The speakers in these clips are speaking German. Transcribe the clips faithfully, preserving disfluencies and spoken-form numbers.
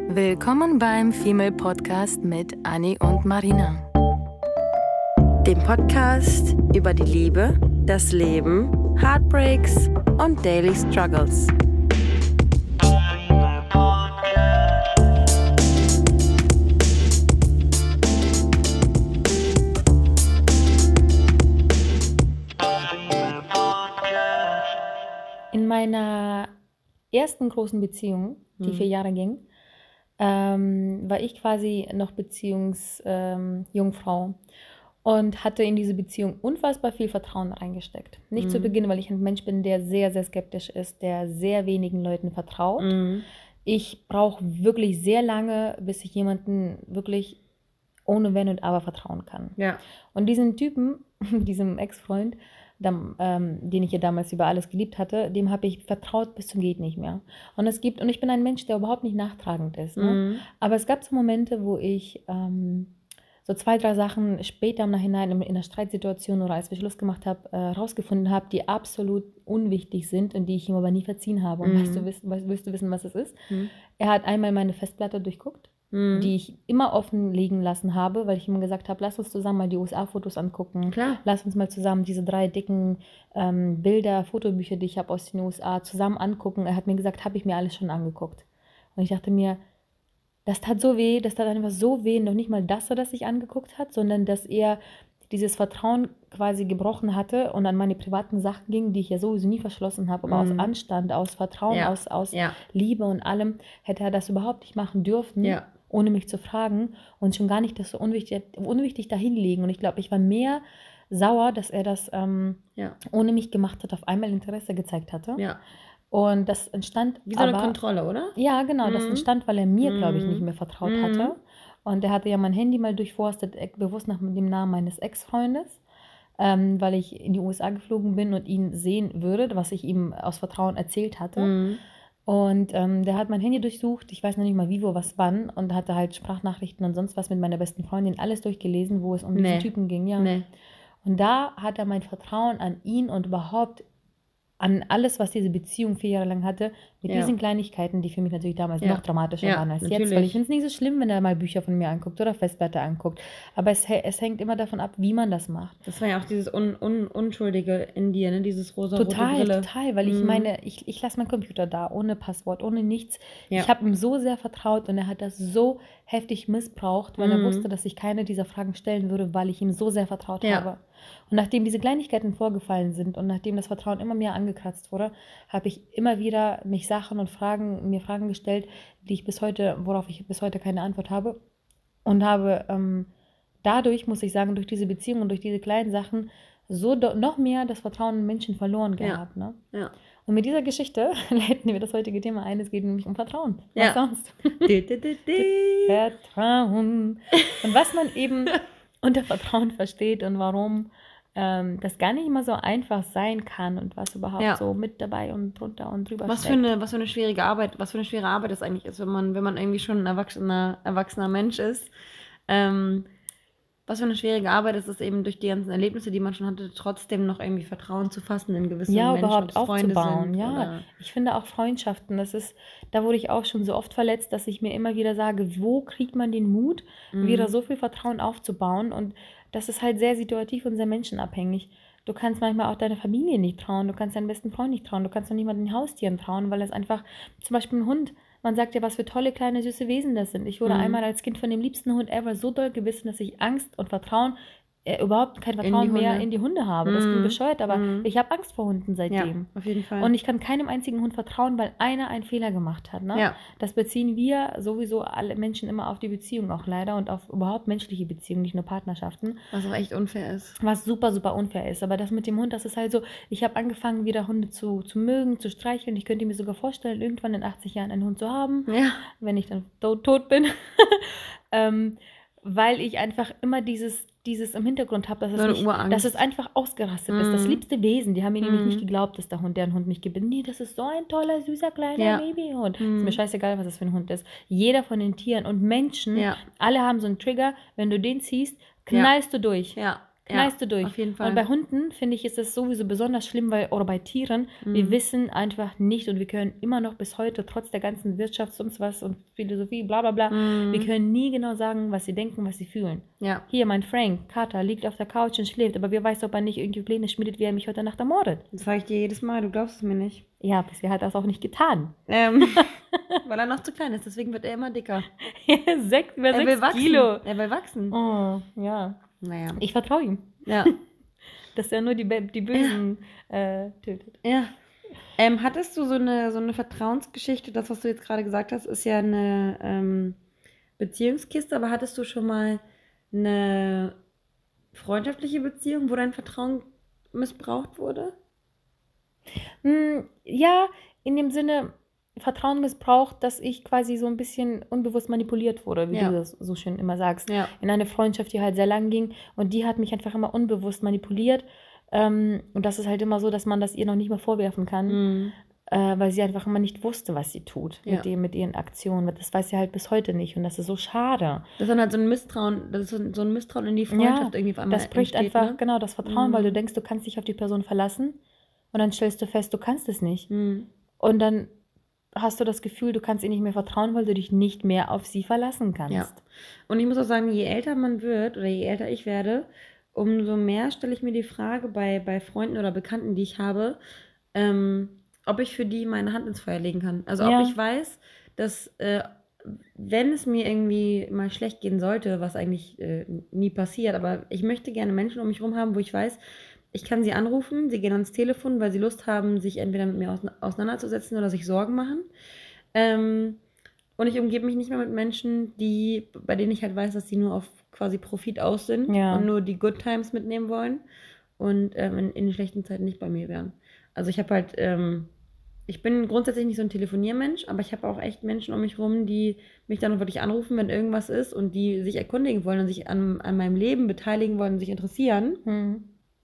Willkommen beim Female Podcast mit Anni und Marina. Dem Podcast über die Liebe, das Leben, Heartbreaks und Daily Struggles. In meiner ersten großen Beziehung, die hm. vier Jahre ging, ähm, war ich quasi noch Beziehungsjungfrau ähm, und hatte in diese Beziehung unfassbar viel Vertrauen reingesteckt. Nicht hm. zu Beginn, weil ich ein Mensch bin, der sehr, sehr skeptisch ist, der sehr wenigen Leuten vertraut. Hm. Ich brauche wirklich sehr lange, bis ich jemanden wirklich ohne Wenn und Aber vertrauen kann. Ja. Und diesen Typen, diesem Ex-Freund, Dem, ähm, den ich ja damals über alles geliebt hatte, dem habe ich vertraut bis zum geht nicht mehr. Und es gibt, und ich bin ein Mensch, der überhaupt nicht nachtragend ist. Ne? Mhm. Aber es gab so Momente, wo ich ähm, so zwei, drei Sachen später im Nachhinein in, in einer Streitsituation oder als wir Schluss gemacht haben, äh, rausgefunden habe, die absolut unwichtig sind und die ich ihm aber nie verziehen habe. Und mhm. weißt du, weißt, willst du wissen, was es ist? Mhm. Er hat einmal meine Festplatte durchguckt, Mhm. die ich immer offen liegen lassen habe, weil ich ihm gesagt habe, lass uns zusammen mal die U S A-Fotos angucken. Klar. Lass uns mal zusammen diese drei dicken ähm, Bilder, Fotobücher, die ich habe aus den U S A, zusammen angucken. Er hat mir gesagt, habe ich mir alles schon angeguckt. Und ich dachte mir, das tat so weh, das tat einfach so weh, noch nicht mal das, das sich angeguckt hat, sondern dass er dieses Vertrauen quasi gebrochen hatte und an meine privaten Sachen ging, die ich ja sowieso nie verschlossen habe, aber mhm. aus Anstand, aus Vertrauen, ja. aus, aus ja. Liebe und allem, hätte er das überhaupt nicht machen dürfen. Ja. ohne mich zu fragen und schon gar nicht das so unwichtig, unwichtig dahinlegen. Und ich glaube, ich war mehr sauer, dass er das ähm, ja. ohne mich gemacht hat, auf einmal Interesse gezeigt hatte. Ja. Und das entstand... Wie so eine aber, Kontrolle, oder? Ja, genau. Mhm. Das entstand, weil er mir, mhm. glaube ich, nicht mehr vertraut mhm. hatte. Und er hatte ja mein Handy mal durchforstet, bewusst nach dem Namen meines Ex-Freundes, ähm, weil ich in die U S A geflogen bin und ihn sehen würde, was ich ihm aus Vertrauen erzählt hatte. Mhm. Und ähm, der hat mein Handy durchsucht, ich weiß noch nicht mal wie, wo, was, wann, und hatte halt Sprachnachrichten und sonst was mit meiner besten Freundin, alles durchgelesen, wo es um nee. diesen Typen ging, ja. Nee. Und da hat er mein Vertrauen an ihn und überhaupt an alles, was diese Beziehung vier Jahre lang hatte, mit ja. diesen Kleinigkeiten, die für mich natürlich damals ja. noch dramatischer ja, waren als natürlich. jetzt, weil ich finde es nicht so schlimm, wenn er mal Bücher von mir anguckt oder Festplatte anguckt, aber es, es hängt immer davon ab, wie man das macht. Das war ja auch dieses un, un, Unschuldige in dir, ne? Dieses rosa-rote Total, Brille. total, weil mhm. ich meine, ich, ich lasse meinen Computer da, ohne Passwort, ohne nichts. Ja. Ich habe ihm so sehr vertraut und er hat das so heftig missbraucht, weil mhm. er wusste, dass ich keine dieser Fragen stellen würde, weil ich ihm so sehr vertraut ja. habe. Und nachdem diese Kleinigkeiten vorgefallen sind und nachdem das Vertrauen immer mehr angekratzt wurde, habe ich immer wieder mich Sachen und Fragen, mir Fragen gestellt, die ich bis heute, worauf ich bis heute keine Antwort habe. Und habe ähm, dadurch, muss ich sagen, durch diese Beziehung und durch diese kleinen Sachen so do- noch mehr das Vertrauen in Menschen verloren gehabt. Ja. Ne? Ja. Und mit dieser Geschichte leiten wir das heutige Thema ein. Es geht nämlich um Vertrauen. Was ja. sonst? di, di, di, di. Vertrauen. Und was man eben unter Vertrauen versteht und warum ähm, das gar nicht immer so einfach sein kann und was überhaupt ja. so mit dabei und drunter und drüber was steckt. Für eine, was für eine schwierige Arbeit, was für eine schwere Arbeit das eigentlich ist, wenn man, wenn man irgendwie schon ein erwachsener, erwachsener Mensch ist. Ähm, was für eine schwierige Arbeit ist es eben durch die ganzen Erlebnisse, die man schon hatte, trotzdem noch irgendwie Vertrauen zu fassen in gewisse ja, Menschen, überhaupt ob es Freunde aufzubauen. sind. Ja, oder ich finde auch Freundschaften, das ist, da wurde ich auch schon so oft verletzt, dass ich mir immer wieder sage, wo kriegt man den Mut, Mhm. wieder so viel Vertrauen aufzubauen, und das ist halt sehr situativ und sehr menschenabhängig. Du kannst manchmal auch deiner Familie nicht trauen, du kannst deinem besten Freund nicht trauen, du kannst noch nicht mal den Haustieren trauen, weil es einfach, zum Beispiel ein Hund, man sagt ja, was für tolle, kleine, süße Wesen das sind. Ich wurde Mhm. einmal als Kind von dem liebsten Hund ever so doll gebissen, dass ich Angst und Vertrauen, äh, überhaupt kein In Vertrauen die mehr Hunde. in die Hunde habe. Das klingt Mhm. bescheuert, aber Mhm. ich habe Angst vor Hunden ja, seitdem. auf jeden Fall. Und ich kann keinem einzigen Hund vertrauen, weil einer einen Fehler gemacht hat. Ne? Ja. Das beziehen wir sowieso alle Menschen immer auf die Beziehung auch leider und auf überhaupt menschliche Beziehungen, nicht nur Partnerschaften. Was auch echt unfair ist. Was super, super unfair ist. Aber das mit dem Hund, das ist halt so, ich habe angefangen, wieder Hunde zu, zu mögen, zu streicheln. Ich könnte mir sogar vorstellen, irgendwann in achtzig Jahren einen Hund zu haben, Ja. wenn ich dann tot, tot bin. ähm, weil ich einfach immer dieses, dieses im Hintergrund habe, dass, So eine es mich- Urangst. dass es einfach ausgerastet ist. Das Mhm. liebste Wesen, die haben mir nämlich Mhm. nicht geglaubt, dass der Hund, deren Hund mich gebindet. Nee, das ist so ein toller, süßer, kleiner Ja. Babyhund. Mhm. Ist mir scheißegal, was das für ein Hund ist. Jeder von den Tieren und Menschen, Ja. alle haben so einen Trigger. Wenn du den ziehst, knallst du durch. Ja. knallst du durch. Auf jeden Fall. Und bei Hunden, finde ich, ist das sowieso besonders schlimm, weil, oder bei Tieren, mhm. wir wissen einfach nicht und wir können immer noch bis heute, trotz der ganzen Wirtschafts- und was und Philosophie, bla bla bla, mhm. wir können nie genau sagen, was sie denken, was sie fühlen. Ja. Hier, mein Frank, Kater, liegt auf der Couch und schläft, aber wer weiß, ob er nicht irgendwie Pläne schmiedet, wie er mich heute Nacht ermordet. Das sage ich dir jedes Mal, du glaubst es mir nicht. Ja, bisher hat er das auch nicht getan. Ähm, weil er noch zu klein ist, deswegen wird er immer dicker. sechs, über er sechs will wachsen. Kilo. Er will wachsen. Oh, ja. Naja. Ich vertraue ihm. Ja. Dass er nur die, die Bösen ja. äh, tötet. Ja. Ähm, hattest du so eine, so eine Vertrauensgeschichte? Das, was du jetzt gerade gesagt hast, ist ja eine ähm, Beziehungskiste, aber hattest du schon mal eine freundschaftliche Beziehung, wo dein Vertrauen missbraucht wurde? Hm, ja, in dem Sinne Vertrauen missbraucht, dass ich quasi so ein bisschen unbewusst manipuliert wurde, wie ja. du das so schön immer sagst. Ja. In eine Freundschaft, die halt sehr lang ging und die hat mich einfach immer unbewusst manipuliert. Ähm, und das ist halt immer so, dass man das ihr noch nicht mal vorwerfen kann, mhm. äh, weil sie einfach immer nicht wusste, was sie tut ja. mit, dem, mit ihren Aktionen. Das weiß sie halt bis heute nicht und das ist so schade. Das ist dann halt so ein Misstrauen, das ist so ein Misstrauen in die Freundschaft ja, irgendwie auf einmal das bricht entsteht, einfach, ne? genau, das Vertrauen, mhm. weil du denkst, du kannst dich auf die Person verlassen und dann stellst du fest, du kannst es nicht. Mhm. Und dann hast du das Gefühl, du kannst ihr nicht mehr vertrauen, weil du dich nicht mehr auf sie verlassen kannst. Ja. Und ich muss auch sagen, je älter man wird oder je älter ich werde, umso mehr stelle ich mir die Frage bei, bei Freunden oder Bekannten, die ich habe, ähm, ob ich für die meine Hand ins Feuer legen kann. Also Ja. ob ich weiß, dass äh, wenn es mir irgendwie mal schlecht gehen sollte, was eigentlich äh, nie passiert, aber ich möchte gerne Menschen um mich herum haben, wo ich weiß, ich kann sie anrufen, sie gehen ans Telefon, weil sie Lust haben, sich entweder mit mir auseinanderzusetzen oder sich Sorgen machen. Ähm, und ich umgebe mich nicht mehr mit Menschen, die, bei denen ich halt weiß, dass sie nur auf quasi Profit aus sind Ja. und nur die Good Times mitnehmen wollen und ähm, in, in den schlechten Zeiten nicht bei mir wären. Also ich habe halt, ähm, ich bin grundsätzlich nicht so ein Telefoniermensch, aber ich habe auch echt Menschen um mich rum, die mich dann wirklich anrufen, wenn irgendwas ist und die sich erkundigen wollen und sich an, an meinem Leben beteiligen wollen und sich interessieren. Hm.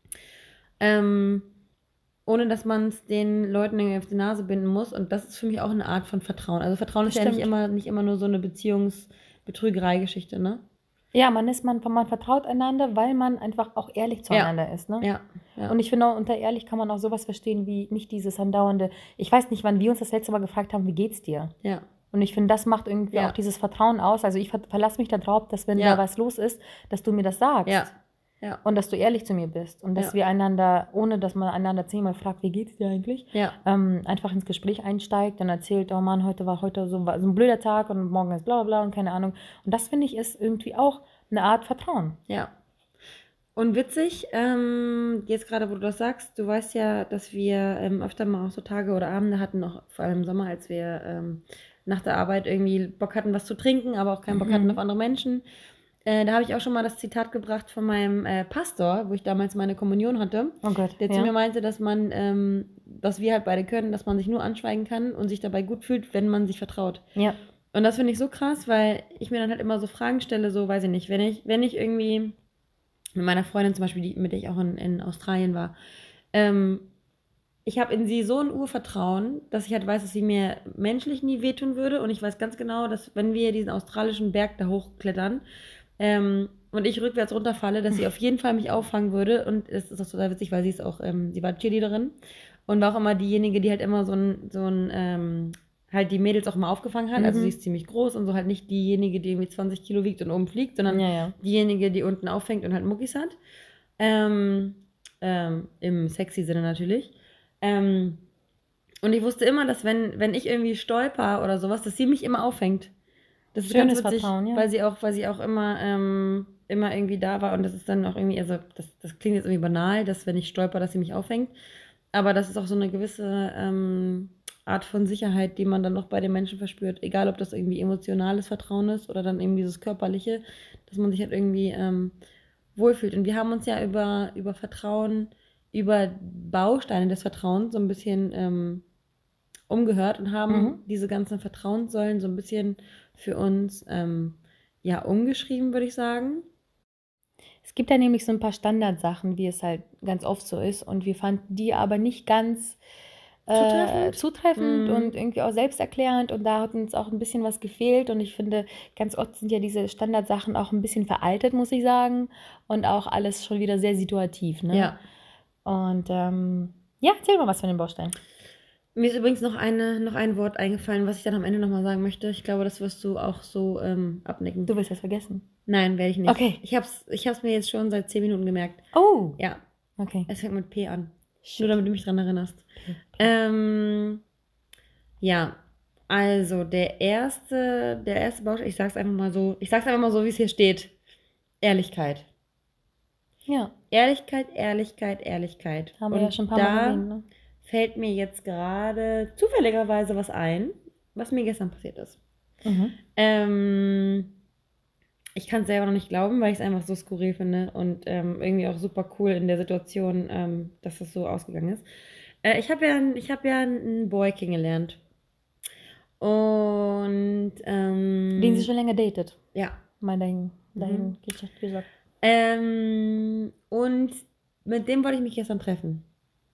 Ähm, ohne dass man es den Leuten irgendwie auf die Nase binden muss. Und das ist für mich auch eine Art von Vertrauen. Also Vertrauen ist ja nicht immer, nicht immer nur so eine Beziehungsbetrügerei-Geschichte, ne? Ja, man ist, man, man vertraut einander, weil man einfach auch ehrlich zueinander ja. ist, ne? Ja, ja. Und ich finde, auch unter ehrlich kann man auch sowas verstehen wie nicht dieses andauernde, ich weiß nicht, wann wir uns das letzte Mal gefragt haben, wie geht's dir? Ja. Und ich finde, das macht irgendwie ja. auch dieses Vertrauen aus. Also ich ver verlasse mich darauf, dass wenn ja. da was los ist, dass du mir das sagst. Ja. Ja. Und dass du ehrlich zu mir bist. Und dass ja. wir einander, ohne dass man einander zehnmal fragt, wie geht's dir eigentlich, ja. ähm, einfach ins Gespräch einsteigt und erzählt, oh Mann, heute war heute so, war so ein blöder Tag und morgen ist bla bla bla und keine Ahnung. Und das, finde ich, ist irgendwie auch eine Art Vertrauen. Ja. Und witzig, ähm, jetzt gerade, wo du das sagst, du weißt ja, dass wir ähm, öfter mal auch so Tage oder Abende hatten, noch vor allem im Sommer, als wir ähm, nach der Arbeit irgendwie Bock hatten, was zu trinken, aber auch keinen Bock Mhm. hatten auf andere Menschen. Äh, da habe ich auch schon mal das Zitat gebracht von meinem äh, Pastor, wo ich damals meine Kommunion hatte, Oh Gott, der ja. zu mir meinte, dass man, ähm, was wir halt beide können, dass man sich nur anschweigen kann und sich dabei gut fühlt, wenn man sich vertraut. Ja. Und das finde ich so krass, weil ich mir dann halt immer so Fragen stelle, so weiß ich nicht, wenn ich, wenn ich irgendwie mit meiner Freundin zum Beispiel, die, mit der ich auch in, in Australien war, ähm, ich habe in sie so ein Urvertrauen, dass ich halt weiß, dass sie mir menschlich nie wehtun würde und ich weiß ganz genau, dass wenn wir diesen australischen Berg da hochklettern, Ähm, und ich rückwärts runterfalle, dass sie auf jeden Fall mich auffangen würde. Und es ist auch total witzig, weil sie ist auch, ähm, sie war Cheerleaderin und war auch immer diejenige, die halt immer so ein, so ein, ähm, halt die Mädels auch immer aufgefangen hat. Mhm. Also sie ist ziemlich groß und so halt nicht diejenige, die irgendwie zwanzig Kilo wiegt und oben fliegt, sondern Ja, ja. diejenige, die unten auffängt und halt Muckis hat. Ähm, ähm, im sexy Sinne natürlich. Ähm, und ich wusste immer, dass wenn, wenn ich irgendwie stolper oder sowas, dass sie mich immer auffängt. Das ist Schönes ganz witzig, Vertrauen, ja. weil sie auch, weil sie auch immer, ähm, immer irgendwie da war und das ist dann auch irgendwie, also das, das klingt jetzt irgendwie banal, dass wenn ich stolper, dass sie mich auffängt, aber das ist auch so eine gewisse ähm, Art von Sicherheit, die man dann noch bei den Menschen verspürt, egal ob das irgendwie emotionales Vertrauen ist oder dann eben dieses körperliche, dass man sich halt irgendwie ähm, wohlfühlt. Und wir haben uns ja über, über Vertrauen, über Bausteine des Vertrauens so ein bisschen ähm, umgehört und haben Mhm. diese ganzen Vertrauenssäulen so ein bisschen für uns ähm, ja umgeschrieben, würde ich sagen. Es gibt ja nämlich so ein paar Standardsachen, wie es halt ganz oft so ist. Und wir fanden die aber nicht ganz äh, Zutreffend? zutreffend Mhm. und irgendwie auch selbsterklärend und da hat uns auch ein bisschen was gefehlt und ich finde, ganz oft sind ja diese Standardsachen auch ein bisschen veraltet, muss ich sagen und auch alles schon wieder sehr situativ, ne? Ja. Und ähm, ja, erzähl mal was von den Bausteinen. Mir ist übrigens noch, eine, noch ein Wort eingefallen, was ich dann am Ende nochmal sagen möchte. Ich glaube, das wirst du auch so ähm, abnicken. Du willst das vergessen? Nein, werde ich nicht. Okay. Ich habe es ich hab's mir jetzt schon seit zehn Minuten gemerkt. Oh, Ja, okay. es fängt mit P an. Shit. Nur damit du mich dran erinnerst. P. Ähm, ja, also der erste, der erste Baustein, ich sag's einfach mal so, ich sag's einfach mal so, wie es hier steht. Ehrlichkeit. Ja, Ehrlichkeit, Ehrlichkeit, Ehrlichkeit. haben wir Und ja schon ein paar da Mal erwähnt, ne? fällt mir jetzt gerade zufälligerweise was ein, was mir gestern passiert ist. Mhm. Ähm, ich kann es selber noch nicht glauben, weil ich es einfach so skurril finde und ähm, irgendwie auch super cool in der Situation, ähm, dass das so ausgegangen ist. Äh, ich habe ja, ich hab ja einen Boy kennengelernt. Und ähm, Den sie schon länger datet. ja. Mal dahin, dahin Mhm. gesagt. Ähm, und mit dem wollte ich mich gestern treffen.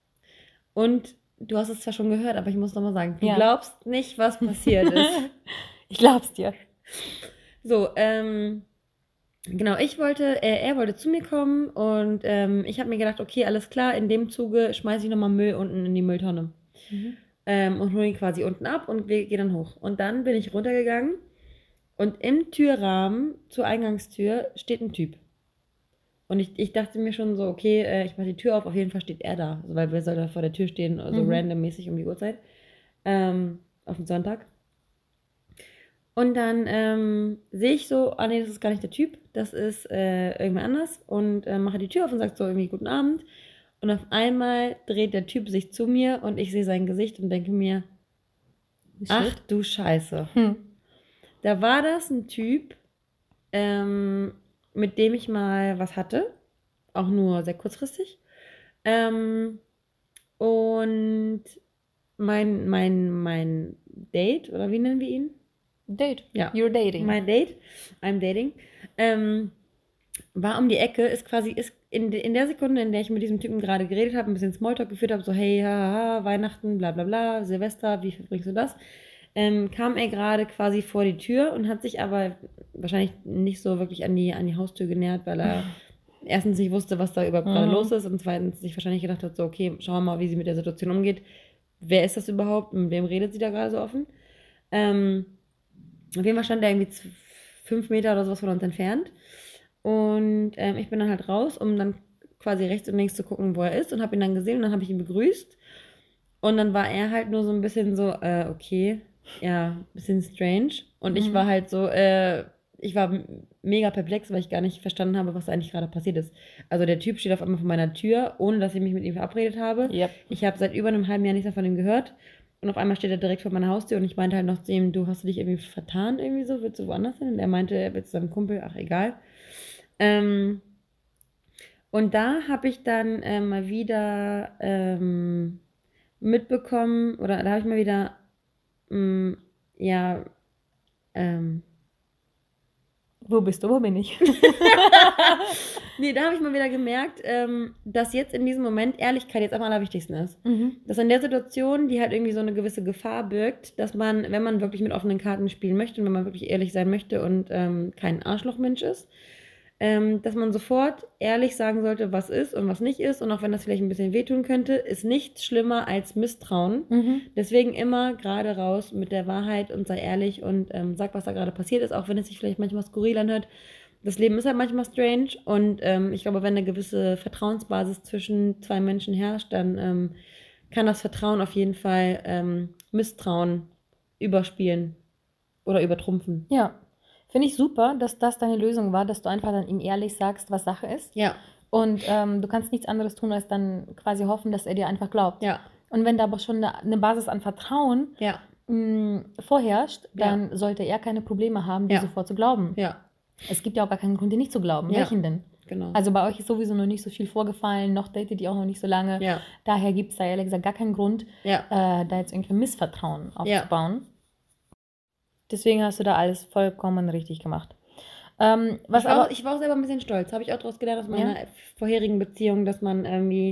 Und du hast es zwar schon gehört, aber ich muss nochmal sagen, du Ja. glaubst nicht, was passiert ist. Ich glaub's dir. So, ähm, genau, ich wollte, äh, er wollte zu mir kommen und ähm, ich habe mir gedacht, okay, alles klar, in dem Zuge schmeiße ich nochmal Müll unten in die Mülltonne. Mhm. Ähm, und hole ihn quasi unten ab und wir gehen dann hoch. Und dann bin ich runtergegangen und im Türrahmen zur Eingangstür steht ein Typ. Und ich, ich dachte mir schon so, okay, äh, ich mache die Tür auf, auf jeden Fall steht er da. Also, weil wer soll da vor der Tür stehen, so Mhm. randommäßig um die Uhrzeit. Ähm, auf den Sonntag. Und dann ähm, sehe ich so, ah nee, das ist gar nicht der Typ, das ist äh, irgendwer anders. Und äh, mache die Tür auf und sagt so irgendwie guten Abend. Und auf einmal dreht der Typ sich zu mir und ich sehe sein Gesicht und denke mir, ach du Scheiße. Hm. Da war das ein Typ, ähm, mit dem ich mal was hatte. Auch nur sehr kurzfristig. Ähm, und mein, mein, mein Date, oder wie nennen wir ihn? Date. Ja. You're dating. Mein Date, I'm dating, ähm, war um die Ecke, ist quasi, ist in, de- in der Sekunde, in der ich mit diesem Typen gerade geredet habe, ein bisschen Smalltalk geführt habe, so hey, haha, Weihnachten, bla bla bla, Silvester, wie verbringst du das? Ähm, kam er gerade quasi vor die Tür und hat sich aber wahrscheinlich nicht so wirklich an die, an die Haustür genähert, weil er erstens nicht wusste, was da überhaupt gerade Mhm. los ist und zweitens sich wahrscheinlich gedacht hat, so okay, schauen wir mal, wie sie mit der Situation umgeht. Wer ist das überhaupt? Mit wem redet sie da gerade so offen? Ähm, auf jeden Fall stand er irgendwie z- fünf Meter oder sowas von uns entfernt. Und ähm, ich bin dann halt raus, um dann quasi rechts und links zu gucken, wo er ist und habe ihn dann gesehen und dann habe ich ihn begrüßt. Und dann war er halt nur so ein bisschen so, äh, okay, ja, ein bisschen strange. Und ich Mhm. war halt so, äh, ich war m- mega perplex, weil ich gar nicht verstanden habe, was eigentlich gerade passiert ist. Also der Typ steht auf einmal vor meiner Tür, ohne dass ich mich mit ihm verabredet habe. Yep. Ich habe seit über einem halben Jahr nichts mehr von ihm gehört. Und auf einmal steht er direkt vor meiner Haustür und ich meinte halt noch zu ihm, du hast du dich irgendwie vertan, irgendwie so, willst du woanders hin? Und er meinte, er will zu seinem Kumpel, ach egal. Ähm, und da habe ich dann äh, mal wieder ähm, mitbekommen, oder da habe ich mal wieder, mh, ja, ähm, Wo bist du? Wo bin ich? nee, da habe ich mal wieder gemerkt, ähm, dass jetzt in diesem Moment Ehrlichkeit jetzt am allerwichtigsten ist. Mhm. Dass in der Situation, die halt irgendwie so eine gewisse Gefahr birgt, dass man, wenn man wirklich mit offenen Karten spielen möchte und wenn man wirklich ehrlich sein möchte und ähm, kein Arschlochmensch ist, ähm, dass man sofort ehrlich sagen sollte, was ist und was nicht ist. Und auch wenn das vielleicht ein bisschen wehtun könnte, ist nichts schlimmer als Misstrauen. Mhm. Deswegen immer gerade raus mit der Wahrheit und sei ehrlich und ähm, sag, was da gerade passiert ist, auch wenn es sich vielleicht manchmal skurril anhört. Das Leben ist halt manchmal strange und ähm, ich glaube, wenn eine gewisse Vertrauensbasis zwischen zwei Menschen herrscht, dann ähm, kann das Vertrauen auf jeden Fall ähm, Misstrauen überspielen oder übertrumpfen. Ja. Finde ich super, dass das deine Lösung war, dass du einfach dann ihm ehrlich sagst, was Sache ist. Ja, Und ähm, du kannst nichts anderes tun, als dann quasi hoffen, dass er dir einfach glaubt. ja, Und wenn da aber schon eine, eine Basis an Vertrauen ja, mh, vorherrscht, Ja. dann sollte er keine Probleme haben, dir Ja. sofort zu glauben. ja, Es gibt ja auch gar keinen Grund, dir nicht zu glauben. Ja. Welchen denn? genau. Also bei euch ist sowieso noch nicht so viel vorgefallen, noch datet ihr auch noch nicht so lange. ja, Daher gibt es da ehrlich gesagt gar keinen Grund, ja, äh, da jetzt irgendwie Missvertrauen Ja. aufzubauen. Deswegen hast du da alles vollkommen richtig gemacht. Ähm, was ich, war, aber, auch- ich war auch selber ein bisschen stolz. Habe ich auch daraus gelernt aus meiner vorherigen Beziehung, dass man irgendwie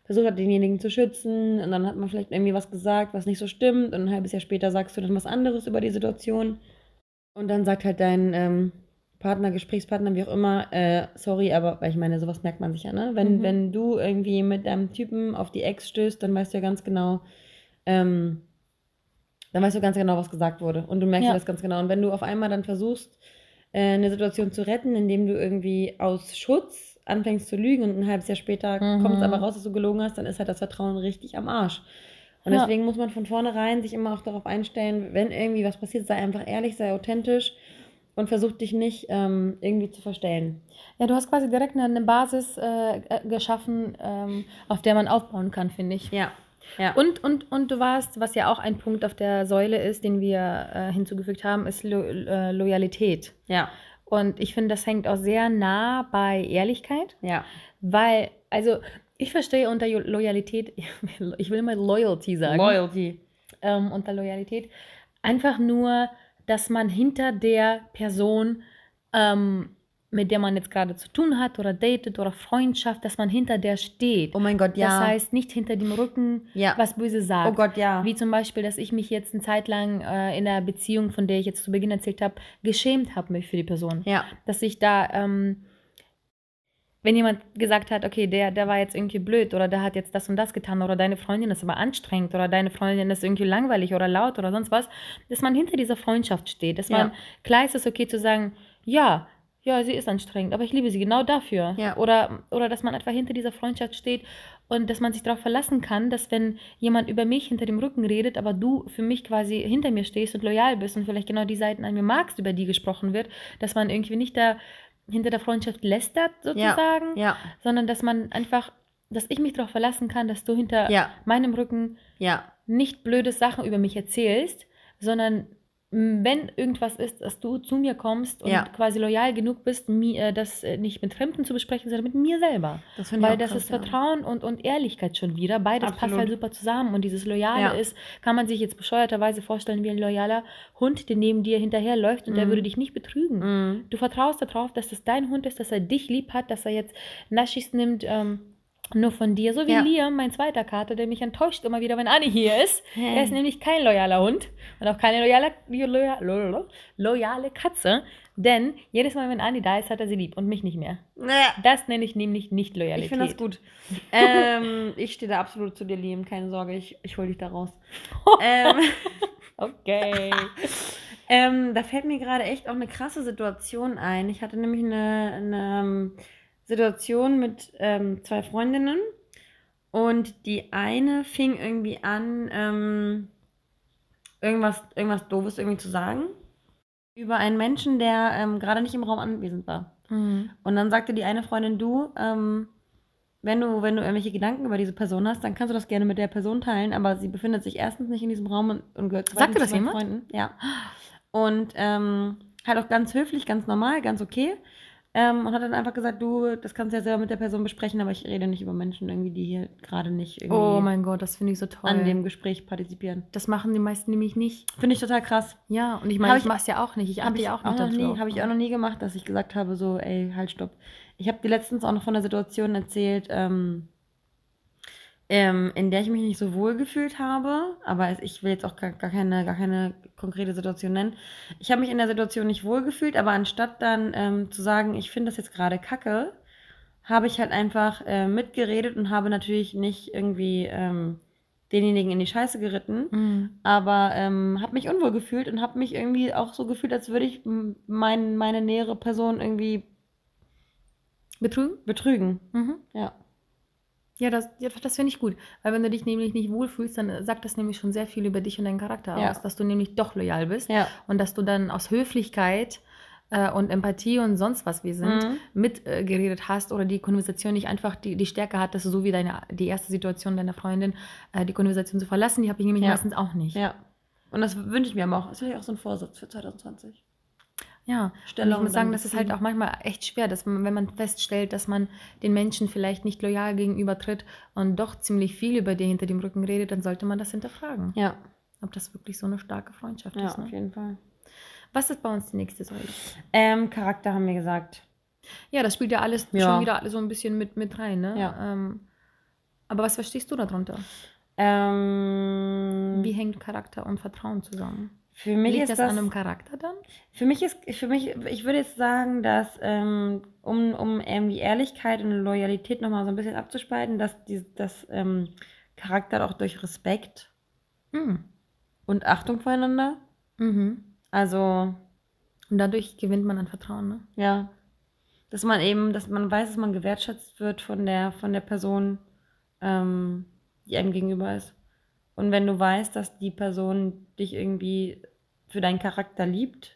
versucht hat, denjenigen zu schützen und dann hat man vielleicht irgendwie was gesagt, was nicht so stimmt und ein halbes Jahr später sagst du dann was anderes über die Situation und dann sagt halt dein ähm, Partner, Gesprächspartner, wie auch immer, äh, sorry, aber, weil ich meine, sowas merkt man sich ja, ne? Wenn, Mhm. wenn du irgendwie mit deinem Typen auf die Ex stößt, dann weißt du ja ganz genau, ähm, dann weißt du ganz genau, was gesagt wurde und du merkst Ja. das ganz genau und wenn du auf einmal dann versuchst, äh, eine Situation zu retten, indem du irgendwie aus Schutz anfängst zu lügen und ein halbes Jahr später Mhm. kommt es aber raus, dass du gelogen hast, dann ist halt das Vertrauen richtig am Arsch. Und Ja. deswegen muss man von vornherein sich immer auch darauf einstellen, wenn irgendwie was passiert, sei einfach ehrlich, sei authentisch und versuch dich nicht ähm, irgendwie zu verstellen. Ja, du hast quasi direkt eine, eine Basis äh, äh, geschaffen, ähm, auf der man aufbauen kann, finde ich. Ja. ja. Und, und, und du warst, was ja auch ein Punkt auf der Säule ist, den wir äh, hinzugefügt haben, ist Lo äh, Loyalität. Ja. Und ich finde, das hängt auch sehr nah bei Ehrlichkeit, Ja. weil, also ich verstehe unter Jo- Loyalität, ich will mal Loyalty sagen, Loyalty. ähm, unter Loyalität einfach nur, dass man hinter der Person, ähm, mit der man jetzt gerade zu tun hat oder datet oder Freundschaft, dass man hinter der steht. Oh mein Gott, ja. Das heißt, nicht hinter dem Rücken Ja. was Böse sagt. Oh Gott, ja. Wie zum Beispiel, dass ich mich jetzt eine Zeit lang äh, in der Beziehung, von der ich jetzt zu Beginn erzählt habe, geschämt habe mich für die Person. Ja. Dass ich da, ähm, wenn jemand gesagt hat, okay, der, der war jetzt irgendwie blöd oder der hat jetzt das und das getan oder deine Freundin ist aber anstrengend oder deine Freundin ist irgendwie langweilig oder laut oder sonst was, dass man hinter dieser Freundschaft steht. Dass Ja. man, klar ist es okay zu sagen, ja, ja, sie ist anstrengend, aber ich liebe sie genau dafür. Ja. Oder, oder dass man einfach hinter dieser Freundschaft steht und dass man sich darauf verlassen kann, dass wenn jemand über mich hinter dem Rücken redet, aber du für mich quasi hinter mir stehst und loyal bist und vielleicht genau die Seiten an mir magst, über die gesprochen wird, dass man irgendwie nicht da hinter der Freundschaft lästert sozusagen, Ja. sondern dass man einfach, dass ich mich darauf verlassen kann, dass du hinter Ja. meinem Rücken Ja. nicht blöde Sachen über mich erzählst, sondern m, wenn irgendwas ist, dass du zu mir kommst und Ja. quasi loyal genug bist, mi, äh, das äh, nicht mit Fremden zu besprechen, sondern mit mir selber. Das finde ich Weil auch das krass, ist ja. Vertrauen und, und Ehrlichkeit schon wieder. Beides passt Absolut. halt super zusammen. Und dieses Loyale Ja. ist, kann man sich jetzt bescheuerterweise vorstellen wie ein loyaler Hund, der neben dir hinterherläuft und der Mhm. würde dich nicht betrügen. Mhm. Du vertraust darauf, dass das dein Hund ist, dass er dich lieb hat, dass er jetzt Naschis nimmt, ähm, nur von dir. So wie Ja. Liam, mein zweiter Kater, der mich enttäuscht immer wieder, wenn Anni hier ist. Hä? Er ist nämlich kein loyaler Hund und auch keine loyale, loyale, loyale, loyale Katze. Denn jedes Mal, wenn Anni da ist, hat er sie lieb und mich nicht mehr. Nee. Das nenne ich nämlich nicht Loyalität. Ich finde das gut. ähm, ich stehe da absolut zu dir, Liam. Keine Sorge, ich, ich hole dich da raus. ähm, Okay. ähm, da fällt mir gerade echt auch eine krasse Situation ein. Ich hatte nämlich eine, eine ähm, Situation mit ähm, zwei Freundinnen und die eine fing irgendwie an, ähm, irgendwas, irgendwas Doofes irgendwie zu sagen über einen Menschen, der ähm, gerade nicht im Raum anwesend war. Mhm. Und dann sagte die eine Freundin, du, ähm, wenn du, wenn du irgendwelche Gedanken über diese Person hast, dann kannst du das gerne mit der Person teilen, aber sie befindet sich erstens nicht in diesem Raum und, und gehört Sagte zweitens das zu meinen jemand? Freunden. Ja. Und ähm, halt auch ganz höflich, ganz normal, ganz okay. Ähm, und hat dann einfach gesagt, du, das kannst du ja selber mit der Person besprechen, aber ich rede nicht über Menschen irgendwie, die hier gerade nicht irgendwie Oh mein Gott, das finde ich so toll. an dem Gespräch partizipieren. das machen die meisten nämlich nicht. Finde ich total krass. Ja, und ich Hab meine, ich- ich mache es ja auch nicht. Ich Habe achte ich ja auch, auch nicht noch nie, darauf. habe ich auch noch nie gemacht, dass ich gesagt habe, so, ey, halt, stopp. Ich habe dir letztens auch noch von der Situation erzählt, ähm, ähm, in der ich mich nicht so wohl gefühlt habe, aber es- ich will jetzt auch gar, gar, keine, gar keine konkrete Situation nennen. Ich habe mich in der Situation nicht wohl gefühlt, aber anstatt dann ähm, zu sagen, ich finde das jetzt gerade kacke, habe ich halt einfach äh, mitgeredet und habe natürlich nicht irgendwie ähm, denjenigen in die Scheiße geritten, Mhm. aber ähm, habe mich unwohl gefühlt und habe mich irgendwie auch so gefühlt, als würde ich m- mein, meine nähere Person irgendwie Betrügen? betrügen. Mhm. Ja. Ja, das, ja, das finde ich gut. Weil wenn du dich nämlich nicht wohlfühlst, dann sagt das nämlich schon sehr viel über dich und deinen Charakter Ja. aus, dass du nämlich doch loyal bist Ja. und dass du dann aus Höflichkeit äh, und Empathie und sonst was wir sind, Mhm. mitgeredet äh, geredet hast oder die Konversation nicht einfach die, die Stärke hattest, so wie deine, die erste Situation deiner Freundin, äh, die Konversation zu verlassen. Die habe ich nämlich Ja. meistens auch nicht. Ja. Und das wünsche ich mir aber auch. Das ist vielleicht auch so ein Vorsatz für zwanzig zwanzig. Ja, und Stellung ich muss sagen, dann das ist halt beziehen. auch manchmal echt schwer, dass man, wenn man feststellt, dass man den Menschen vielleicht nicht loyal gegenübertritt und doch ziemlich viel über die hinter dem Rücken redet, dann sollte man das hinterfragen, Ja, ob das wirklich so eine starke Freundschaft ja, ist. auf Ne? jeden Fall. Was ist bei uns die nächste Säule? Ähm, Charakter haben wir gesagt. Ja, das spielt ja alles Ja. schon wieder so ein bisschen mit, mit rein. Ne? Ja. Ähm, Aber was verstehst du darunter? Ähm, Wie hängt Charakter und Vertrauen zusammen? für mich Liegt ist das, das an einem Charakter dann? Für mich ist, für mich, ich würde jetzt sagen, dass ähm, um, um irgendwie Ehrlichkeit und Loyalität nochmal so ein bisschen abzuspalten, dass die, dass ähm, Charakter auch durch Respekt Mhm. und Achtung voreinander. Mhm. Also, Und dadurch gewinnt man an Vertrauen, ne? ja, dass man eben, dass man weiß, dass man gewertschätzt wird von der, von der Person, ähm, die einem gegenüber ist. Und wenn du weißt, dass die Person dich irgendwie für deinen Charakter liebt,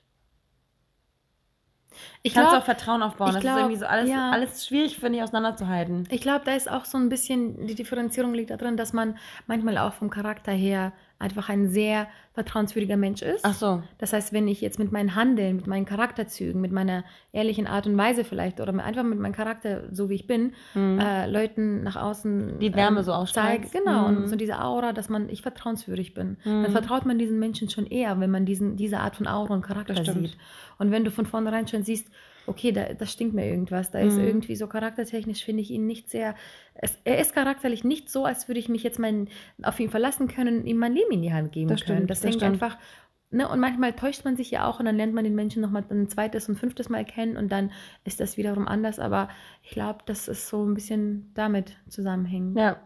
Ich kannst du glaube, auch Vertrauen aufbauen. ich Das ist glaub, irgendwie so alles, ja. alles schwierig, finde ich, auseinanderzuhalten. ich glaube, da ist auch so ein bisschen, die Differenzierung liegt darin, dass man manchmal auch vom Charakter her einfach ein sehr vertrauenswürdiger Mensch ist. Ach so. Das heißt, wenn ich jetzt mit meinem Handeln, mit meinen Charakterzügen, mit meiner ehrlichen Art und Weise vielleicht oder einfach mit meinem Charakter, so wie ich bin, Mhm. äh, Leuten nach außen Die Wärme ähm, so ausstrahlst. zeige, genau, Mhm. und so diese Aura, dass man ich vertrauenswürdig bin. Mhm. Dann vertraut man diesen Menschen schon eher, wenn man diesen, diese Art von Aura und Charakter Das stimmt. sieht. Und wenn du von vornherein schon siehst, okay, da, da stinkt mir irgendwas, da ist Mhm. irgendwie so charaktertechnisch, finde ich ihn nicht sehr, es, er ist charakterlich nicht so, als würde ich mich jetzt mein, auf ihn verlassen können und ihm mein Leben in die Hand geben Das können. stimmt, Das das hängt stimmt. einfach, ne, und manchmal täuscht man sich ja auch und dann lernt man den Menschen nochmal ein zweites und fünftes Mal kennen und dann ist das wiederum anders, aber ich glaube, dass es so ein bisschen damit zusammenhängt. Ja.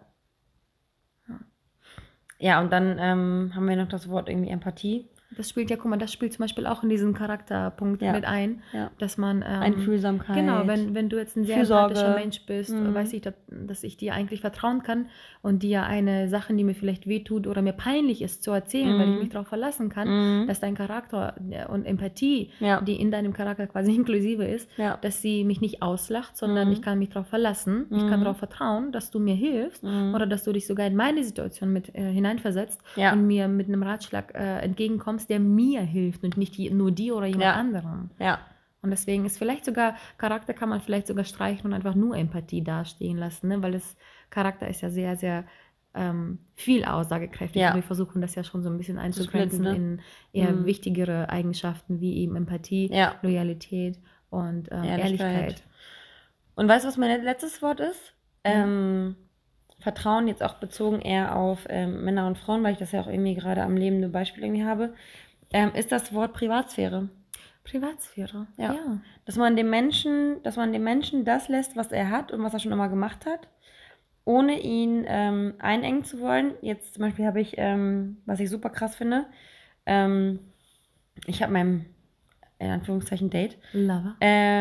Ja. Ja, und dann ähm, haben wir noch das Wort irgendwie Empathie. Das spielt ja, guck mal, das spielt zum Beispiel auch in diesen Charakterpunkt Ja. mit ein, Ja. dass man ähm, Einfühlsamkeit. genau, wenn, wenn du jetzt ein sehr Fürsorge. empathischer Mensch bist, Mhm. weiß ich, dass, dass ich dir eigentlich vertrauen kann und dir eine Sache, die mir vielleicht wehtut oder mir peinlich ist, zu erzählen, weil ich Mhm. mich darauf verlassen kann, Mhm. dass dein Charakter äh, und Empathie, Ja. die in deinem Charakter quasi inklusive ist, Ja. dass sie mich nicht auslacht, sondern Mhm. ich kann mich darauf verlassen, ich kann Mhm. darauf vertrauen, dass du mir hilfst Mhm. oder dass du dich sogar in meine Situation mit äh, hineinversetzt Ja. und mir mit einem Ratschlag äh, entgegenkommst, der mir hilft und nicht die, nur die oder jemand Ja. anderem. Ja. Und deswegen ist vielleicht sogar, Charakter kann man vielleicht sogar streichen und einfach nur Empathie dastehen lassen, ne? Weil das Charakter ist ja sehr, sehr ähm, viel aussagekräftig. Ja. Und wir versuchen das ja schon so ein bisschen einzugrenzen splitten, ne? in eher Mhm. wichtigere Eigenschaften wie eben Empathie, Ja. Loyalität und ähm, Ehrlichkeit. Ehrlichkeit. Und weißt du, was mein letztes Wort ist? Ähm, Vertrauen, jetzt auch bezogen eher auf ähm, Männer und Frauen, weil ich das ja auch irgendwie gerade am lebende Beispiel irgendwie habe, ähm, ist das Wort Privatsphäre. Privatsphäre, Ja. ja. Dass man dem Menschen, dass man dem Menschen das lässt, was er hat und was er schon immer gemacht hat, ohne ihn ähm, einengen zu wollen. Jetzt zum Beispiel habe ich, ähm, was ich super krass finde, ähm, ich habe meinem, in Anführungszeichen, Date, Lover.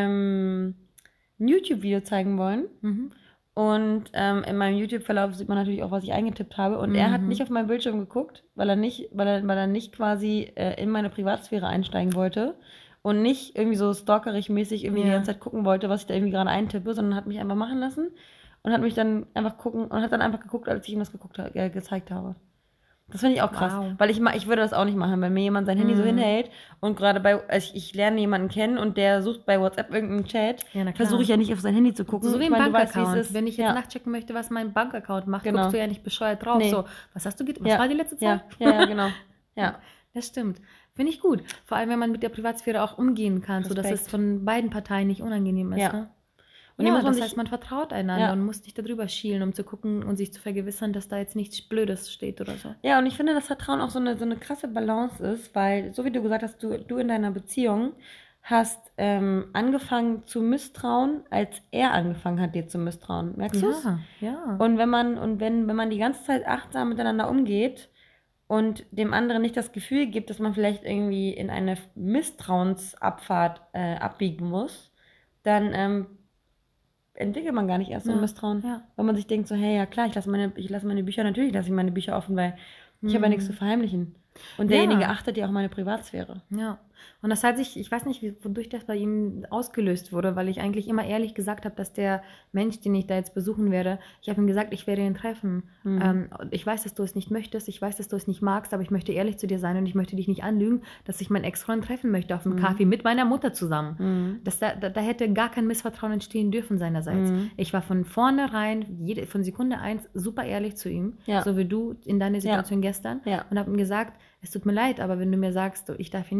ähm, ein YouTube-Video zeigen wollen. Mhm. Und ähm, in meinem YouTube-Verlauf sieht man natürlich auch, was ich eingetippt habe. Und er hat Mhm. nicht auf meinen Bildschirm geguckt, weil er nicht, weil er, weil er nicht quasi äh, in meine Privatsphäre einsteigen wollte und nicht irgendwie so stalkerig-mäßig irgendwie die Ja. ganze Zeit gucken wollte, was ich da irgendwie gerade eintippe, sondern hat mich einfach machen lassen und hat mich dann einfach gucken und hat dann einfach geguckt, als ich ihm das geguckt, ha- äh, gezeigt habe. Das finde ich auch krass, Wow. weil ich, ma- ich würde das auch nicht machen, wenn mir jemand sein Handy so Mhm. hinhält und gerade bei, also ich, ich lerne jemanden kennen und der sucht bei WhatsApp irgendeinen Chat, Ja, na klar. versuche ich ja nicht auf sein Handy zu gucken. So wie Ich im meine, du weißt, wie es Bankaccount. ist. Wenn ich jetzt Ja. nachchecken möchte, was mein Bankaccount macht, Genau. guckst du ja nicht bescheuert drauf. Nee. So, was hast du get- Was Ja. war die letzte Zeit? Ja, ja, ja, genau. Ja. Das stimmt. Finde ich gut. Vor allem, wenn man mit der Privatsphäre auch umgehen kann, sodass Respekt. es von beiden Parteien nicht unangenehm ist. Ja. Ne? Und Ja, die muss man das sich- heißt, man vertraut einander Ja. und muss nicht darüber schielen, um zu gucken und sich zu vergewissern, dass da jetzt nichts Blödes steht oder so. Ja, und ich finde, dass Vertrauen auch so eine, so eine krasse Balance ist, weil, so wie du gesagt hast, du, du in deiner Beziehung hast ähm, angefangen zu misstrauen, als er angefangen hat, dir zu misstrauen. Merkst du es? Ja, ja. Und wenn man, und wenn, wenn man die ganze Zeit achtsam miteinander umgeht und dem anderen nicht das Gefühl gibt, dass man vielleicht irgendwie in eine Misstrauensabfahrt äh, abbiegen muss, dann ähm, entwickelt man gar nicht erst so ein Ja, Misstrauen. ja. Weil man sich denkt so, hey, ja klar, ich lasse meine, ich lasse meine Bücher, natürlich lasse ich meine Bücher offen, weil ich habe ja nichts zu verheimlichen. Und Ja. derjenige achtet ja auch meine Privatsphäre. Ja, und das hat sich, ich weiß nicht, wie- wodurch das bei ihm ausgelöst wurde, weil ich eigentlich immer ehrlich gesagt habe, dass der Mensch, den ich da jetzt besuchen werde, ich habe ihm gesagt, ich werde ihn treffen. Mhm. Ähm, ich weiß, dass du es nicht möchtest, ich weiß, dass du es nicht magst, aber ich möchte ehrlich zu dir sein und ich möchte dich nicht anlügen, dass ich meinen Ex-Freund treffen möchte auf einem Mhm. Kaffee mit meiner Mutter zusammen. Mhm. Das, da, da, da hätte gar kein Missvertrauen entstehen dürfen seinerseits. Mhm. Ich war von vornherein, jede, von Sekunde eins, super ehrlich zu ihm, Ja. so wie du in deiner Situation gestern Ja. und habe ihm gesagt, es tut mir leid, aber wenn du mir sagst, ich darf ihn nicht treffen,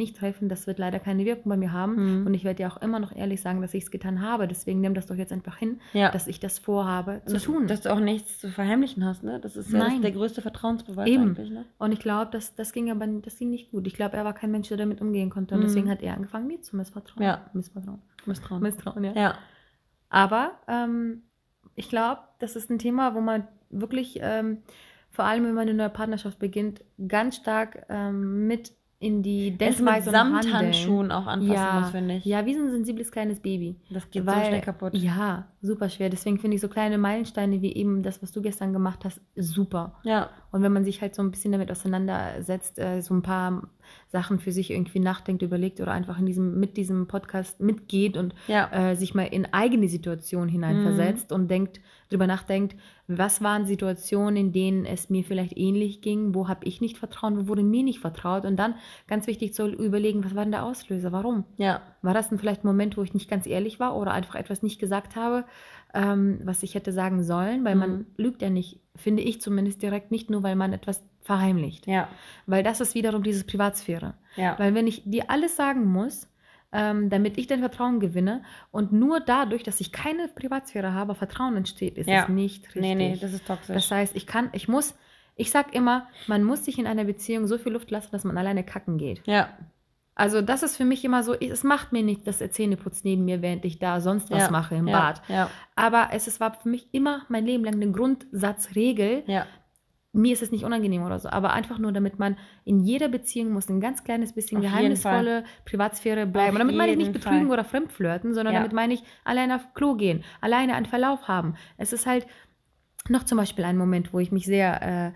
das wird leider keine Wirkung bei mir haben. Mhm. Und ich werde dir auch immer noch ehrlich sagen, dass ich es getan habe. Deswegen nimm das doch jetzt einfach hin, ja. dass ich das vorhabe zu das, tun. Dass du auch nichts zu verheimlichen hast, ne? Das ist ja das, der größte Vertrauensbeweis Eben. eigentlich, ne? Und ich glaube, das, das ging aber das ging nicht gut. Ich glaube, er war kein Mensch, der damit umgehen konnte. Und mhm. deswegen hat er angefangen, mir zu missvertrauen. Ja. Missvertrauen. Misstrauen. Misstrauen, ja. ja. Aber ähm, ich glaube, das ist ein Thema, wo man wirklich, ähm, vor allem wenn man eine neue Partnerschaft beginnt, ganz stark ähm, mit in die Denkweise und Handeln. Samthandschuhen auch anfassen ja, muss, finde ich. Ja, wie so ein sensibles kleines Baby. Das geht Weil, so schnell kaputt. Ja, super schwer. Deswegen finde ich so kleine Meilensteine wie eben das, was du gestern gemacht hast, super. Ja. Und wenn man sich halt so ein bisschen damit auseinandersetzt, äh, so ein paar Sachen für sich irgendwie nachdenkt, überlegt oder einfach in diesem, mit diesem Podcast mitgeht und ja. äh, sich mal in eigene Situationen hineinversetzt mhm. und denkt, drüber nachdenkt, was waren Situationen, in denen es mir vielleicht ähnlich ging, wo habe ich nicht vertraut, wo wurde mir nicht vertraut und dann ganz wichtig zu überlegen, was war denn der Auslöser, warum? Ja. War das denn vielleicht ein Moment, wo ich nicht ganz ehrlich war oder einfach etwas nicht gesagt habe, ähm, was ich hätte sagen sollen, weil mhm. man lügt ja nicht, finde ich zumindest direkt nicht nur, weil man etwas verheimlicht. Ja. Weil das ist wiederum diese Privatsphäre. Ja. Weil wenn ich dir alles sagen muss, ähm, damit ich dein Vertrauen gewinne und nur dadurch, dass ich keine Privatsphäre habe, Vertrauen entsteht, ist ja. es nicht richtig. Nee, nee, das ist toxisch. Das heißt, ich kann, ich muss, ich sag immer, man muss sich in einer Beziehung so viel Luft lassen, dass man alleine kacken geht. Ja. Also das ist für mich immer so, es macht mir nicht, dass der Zähneputz neben mir, während ich da sonst was ja. mache im ja. Bad. Ja. Aber es, es war für mich immer mein Leben lang eine Grundsatzregel. Ja. Mir ist es nicht unangenehm oder so, aber einfach nur, damit man in jeder Beziehung muss ein ganz kleines bisschen auf geheimnisvolle Privatsphäre bleiben. Auf und damit meine ich nicht betrügen Fall. oder fremdflirten, sondern ja. damit meine ich alleine auf Klo gehen, alleine einen Verlauf haben. Es ist halt noch zum Beispiel ein Moment, wo ich mich sehr äh,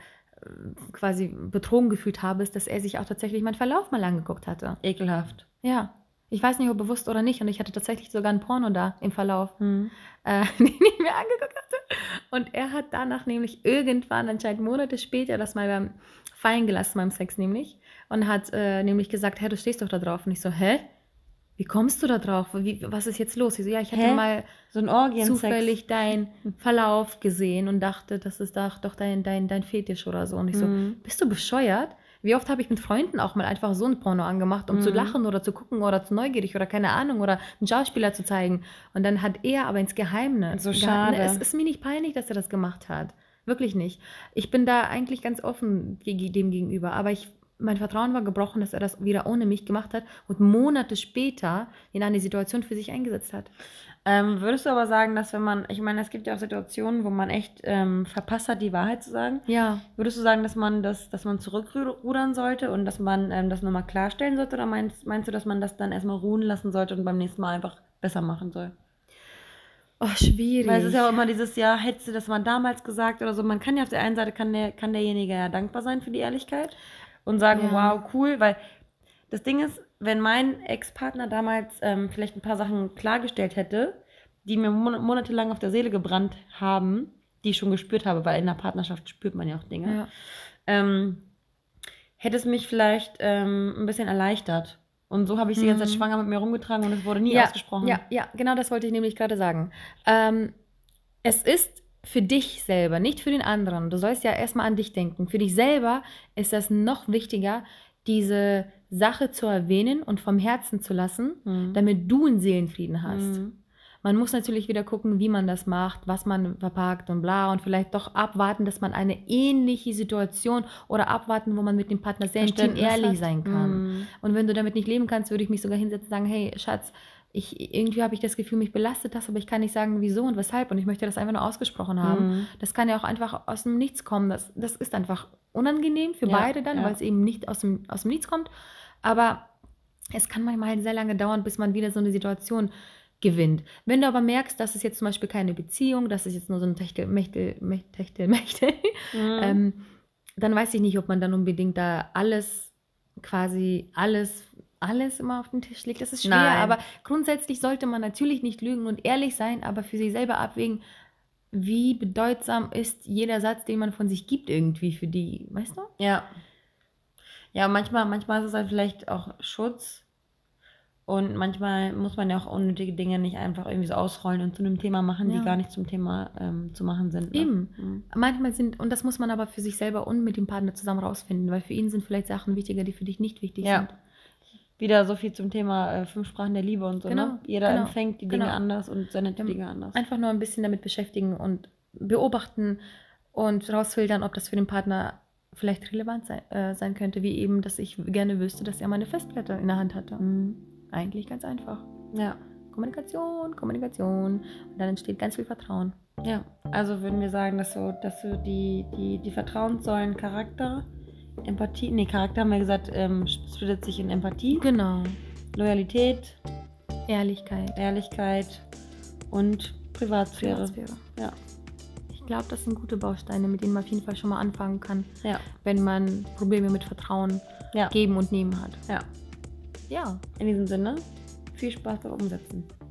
quasi betrogen gefühlt habe, ist, dass er sich auch tatsächlich meinen Verlauf mal angeguckt hatte. Ekelhaft. Ja. Ich weiß nicht, ob bewusst oder nicht. Und ich hatte tatsächlich sogar ein Porno da im Verlauf, hm. äh, den ich mir angeguckt hatte. Und er hat danach nämlich irgendwann, anscheinend Monate später, das mal beim fallen gelassen, beim Sex nämlich. Und hat äh, nämlich gesagt, hey, du stehst doch da drauf. Und ich so, hä? Wie kommst du da drauf? Wie, was ist jetzt los? Ich so, ja, ich hatte hä? mal so ein Orgiensex. zufällig deinen Verlauf gesehen und dachte, das ist doch, doch dein, dein, dein Fetisch oder so. Und ich so, hm. bist du bescheuert? Wie oft habe ich mit Freunden auch mal einfach so ein Porno angemacht, um mhm. zu lachen oder zu gucken oder zu neugierig oder keine Ahnung oder einen Schauspieler zu zeigen. Und dann hat er aber ins Geheimnis. So schade. Es ist mir nicht peinlich, dass er das gemacht hat. Wirklich nicht. Ich bin da eigentlich ganz offen dem gegenüber. Aber ich, mein Vertrauen war gebrochen, dass er das wieder ohne mich gemacht hat und Monate später in eine Situation für sich eingesetzt hat. Ähm, würdest du aber sagen, dass wenn man, ich meine, es gibt ja auch Situationen, wo man echt ähm, verpasst hat, die Wahrheit zu sagen. Ja. Würdest du sagen, dass man das, dass man zurückrudern sollte und dass man ähm, das nochmal klarstellen sollte? Oder meinst, meinst du, dass man das dann erstmal ruhen lassen sollte und beim nächsten Mal einfach besser machen soll? Oh, schwierig. Weil es ist ja auch immer dieses, ja, hättest du das mal damals gesagt oder so. Man kann ja auf der einen Seite, kann, der, kann derjenige ja dankbar sein für die Ehrlichkeit und sagen, ja. wow, cool, weil das Ding ist, wenn mein Ex-Partner damals ähm, vielleicht ein paar Sachen klargestellt hätte, die mir mon- monatelang auf der Seele gebrannt haben, die ich schon gespürt habe, weil in der Partnerschaft spürt man ja auch Dinge, ja. ähm, hätte es mich vielleicht ähm, ein bisschen erleichtert. Und so habe ich sie mhm. die ganze Zeit schwanger mit mir rumgetragen und es wurde nie ja, ausgesprochen. Ja, ja, genau das wollte ich nämlich gerade sagen. Ähm, es ist für dich selber, nicht für den anderen. Du sollst ja erstmal an dich denken. Für dich selber ist das noch wichtiger, diese Sache zu erwähnen und vom Herzen zu lassen, mhm. damit du einen Seelenfrieden hast. Mhm. Man muss natürlich wieder gucken, wie man das macht, was man verpackt und bla und vielleicht doch abwarten, dass man eine ähnliche Situation oder abwarten, wo man mit dem Partner sehr intim ehrlich hat. sein kann. Mm. Und wenn du damit nicht leben kannst, würde ich mich sogar hinsetzen und sagen, hey Schatz, ich, irgendwie habe ich das Gefühl, mich belastet das, aber ich kann nicht sagen, wieso und weshalb und ich möchte das einfach nur ausgesprochen haben. Mm. Das kann ja auch einfach aus dem Nichts kommen. Das, das ist einfach unangenehm für ja, beide dann, ja. weil es eben nicht aus dem, aus dem Nichts kommt. Aber es kann manchmal sehr lange dauern, bis man wieder so eine Situation gewinnt. Wenn du aber merkst, dass es jetzt zum Beispiel keine Beziehung, dass es jetzt nur so ein Techtel, Mechtel, Mechtel, Mechtel, mhm. ähm, dann weiß ich nicht, ob man dann unbedingt da alles, quasi alles, alles immer auf den Tisch legt. Das ist schwer, Nein. aber grundsätzlich sollte man natürlich nicht lügen und ehrlich sein, aber für sich selber abwägen, wie bedeutsam ist jeder Satz, den man von sich gibt irgendwie für die, weißt du? Ja. Ja, manchmal, manchmal ist es halt vielleicht auch Schutz. Und manchmal muss man ja auch unnötige Dinge nicht einfach irgendwie so ausrollen und zu einem Thema machen, ja. die gar nicht zum Thema ähm, zu machen sind. Ne? Eben. Mhm. Manchmal sind, und das muss man aber für sich selber und mit dem Partner zusammen rausfinden, weil für ihn sind vielleicht Sachen wichtiger, die für dich nicht wichtig ja. sind. wieder so viel zum Thema äh, fünf Sprachen der Liebe und so, Genau, ne? Jeder genau, empfängt die Dinge genau. anders und sendet die Ja, Dinge anders. Einfach nur ein bisschen damit beschäftigen und beobachten und rausfiltern, ob das für den Partner vielleicht relevant sein, äh, sein könnte, wie eben, dass ich gerne wüsste, dass er meine Festplatte in der Hand hatte. Mhm. Eigentlich ganz einfach. Ja. Kommunikation, Kommunikation und dann entsteht ganz viel Vertrauen. Ja, also würden wir sagen, dass so, dass so die, die, die Vertrauenssäulen Charakter, Empathie, nee, Charakter haben wir gesagt, ähm, splittet sich in Empathie, Genau. Loyalität, Ehrlichkeit. Ehrlichkeit und Privatsphäre. Privatsphäre. Ja. Ich glaube, das sind gute Bausteine, mit denen man auf jeden Fall schon mal anfangen kann, Ja. wenn man Probleme mit Vertrauen Ja. geben und nehmen hat. Ja. Ja. In diesem Sinne, viel Spaß beim Umsetzen.